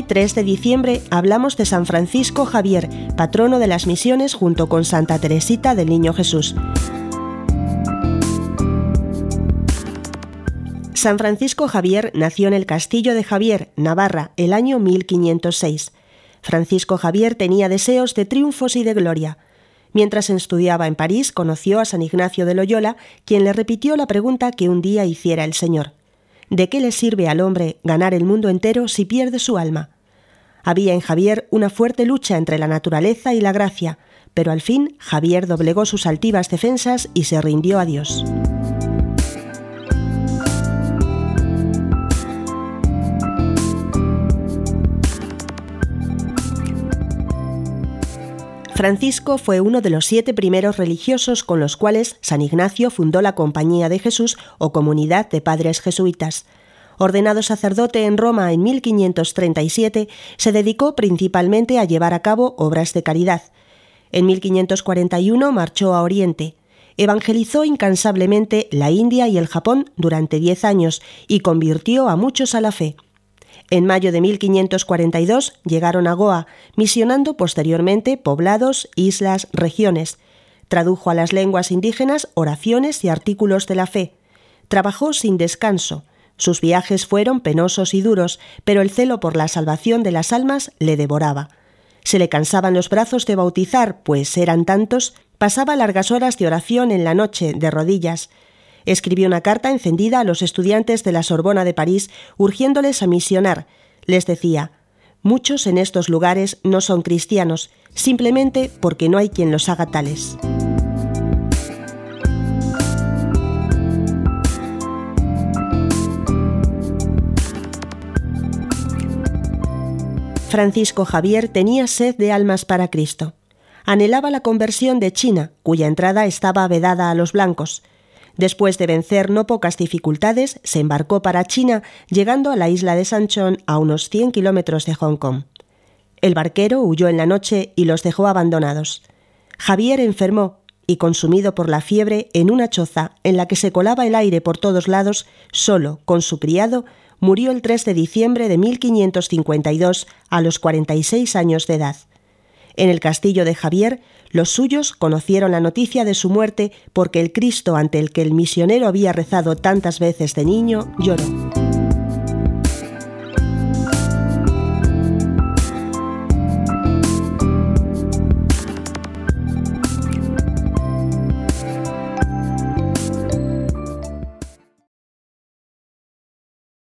3 de diciembre hablamos de San Francisco Javier, patrono de las misiones junto con Santa Teresita del Niño Jesús. San Francisco Javier nació en el castillo de Javier, Navarra, el año 1506. Francisco Javier tenía deseos de triunfos y de gloria. Mientras estudiaba en París, conoció a San Ignacio de Loyola, quien le repitió la pregunta que un día hiciera el Señor: ¿de qué le sirve al hombre ganar el mundo entero si pierde su alma? Había en Javier una fuerte lucha entre la naturaleza y la gracia, pero al fin Javier doblegó sus altivas defensas y se rindió a Dios. Francisco fue uno de los 7 primeros religiosos con los cuales San Ignacio fundó la Compañía de Jesús o Comunidad de Padres Jesuitas. Ordenado sacerdote en Roma en 1537, se dedicó principalmente a llevar a cabo obras de caridad. En 1541 marchó a Oriente. Evangelizó incansablemente la India y el Japón durante 10 años y convirtió a muchos a la fe. En mayo de 1542 llegaron a Goa, misionando posteriormente poblados, islas, regiones. Tradujo a las lenguas indígenas oraciones y artículos de la fe. Trabajó sin descanso. Sus viajes fueron penosos y duros, pero el celo por la salvación de las almas le devoraba. Se le cansaban los brazos de bautizar, pues eran tantos. Pasaba largas horas de oración en la noche, de rodillas. Escribió una carta encendida a los estudiantes de la Sorbona de París, urgiéndoles a misionar. Les decía: muchos en estos lugares no son cristianos, simplemente porque no hay quien los haga tales. Francisco Javier tenía sed de almas para Cristo. Anhelaba la conversión de China, cuya entrada estaba vedada a los blancos. Después de vencer no pocas dificultades, se embarcó para China, llegando a la isla de Sanchón, a unos 100 kilómetros de Hong Kong. El barquero huyó en la noche y los dejó abandonados. Javier enfermó y, consumido por la fiebre, en una choza en la que se colaba el aire por todos lados, solo, con su criado, murió el 3 de diciembre de 1552 a los 46 años de edad. En el castillo de Javier, los suyos conocieron la noticia de su muerte porque el Cristo ante el que el misionero había rezado tantas veces de niño lloró.